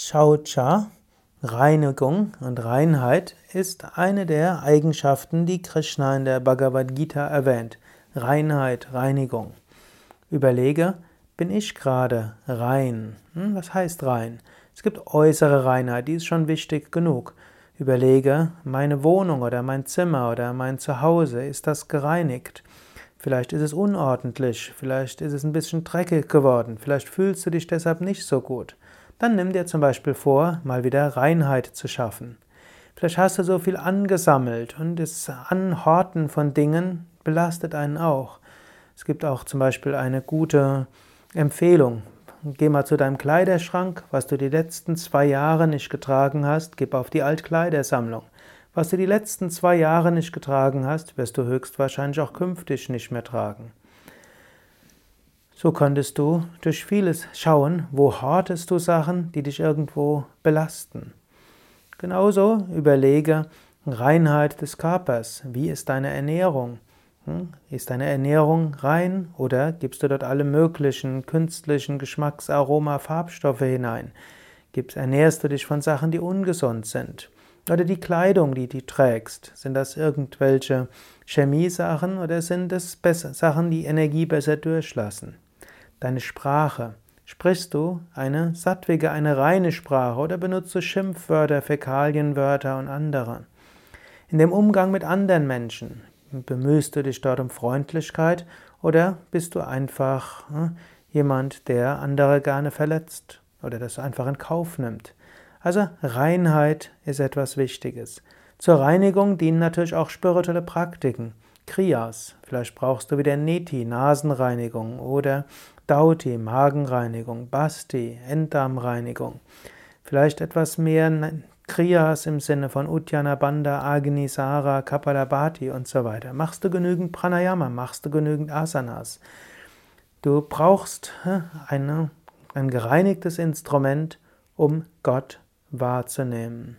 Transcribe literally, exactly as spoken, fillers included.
Shaucha, Reinigung und Reinheit, ist eine der Eigenschaften, die Krishna in der Bhagavad Gita erwähnt. Reinheit, Reinigung. Überlege, bin ich gerade rein? Hm, was heißt rein? Es gibt äußere Reinheit, die ist schon wichtig genug. Überlege, meine Wohnung oder mein Zimmer oder mein Zuhause, ist das gereinigt? Vielleicht ist es unordentlich, vielleicht ist es ein bisschen dreckig geworden, vielleicht fühlst du dich deshalb nicht so gut. Dann nimm dir zum Beispiel vor, mal wieder Reinheit zu schaffen. Vielleicht hast du so viel angesammelt und das Anhorten von Dingen belastet einen auch. Es gibt auch zum Beispiel eine gute Empfehlung. Geh mal zu deinem Kleiderschrank, was du die letzten zwei Jahre nicht getragen hast, gib auf die Altkleidersammlung. Was du die letzten zwei Jahre nicht getragen hast, wirst du höchstwahrscheinlich auch künftig nicht mehr tragen. So könntest du durch vieles schauen, wo hortest du Sachen, die dich irgendwo belasten. Genauso überlege Reinheit des Körpers. Wie ist deine Ernährung? Ist deine Ernährung rein oder gibst du dort alle möglichen künstlichen Geschmacksaroma, Farbstoffe hinein? Gibst, ernährst du dich von Sachen, die ungesund sind? Oder die Kleidung, die du trägst, sind das irgendwelche Chemiesachen oder sind es Sachen, die Energie besser durchlassen? Deine Sprache. Sprichst du eine sattwige, eine reine Sprache oder benutzt du Schimpfwörter, Fäkalienwörter und andere? In dem Umgang mit anderen Menschen, bemühst du dich dort um Freundlichkeit oder bist du einfach äh, jemand, der andere gerne verletzt oder das einfach in Kauf nimmt? Also Reinheit ist etwas Wichtiges. Zur Reinigung dienen natürlich auch spirituelle Praktiken. Kriyas, vielleicht brauchst du wieder Neti, Nasenreinigung oder Dauti, Magenreinigung, Basti, Enddarmreinigung. Vielleicht etwas mehr Kriyas im Sinne von Uddiyana Bandha, Agnisara, Kapalabhati und so weiter. Machst du genügend Pranayama, machst du genügend Asanas. Du brauchst eine, ein gereinigtes Instrument, um Gott wahrzunehmen.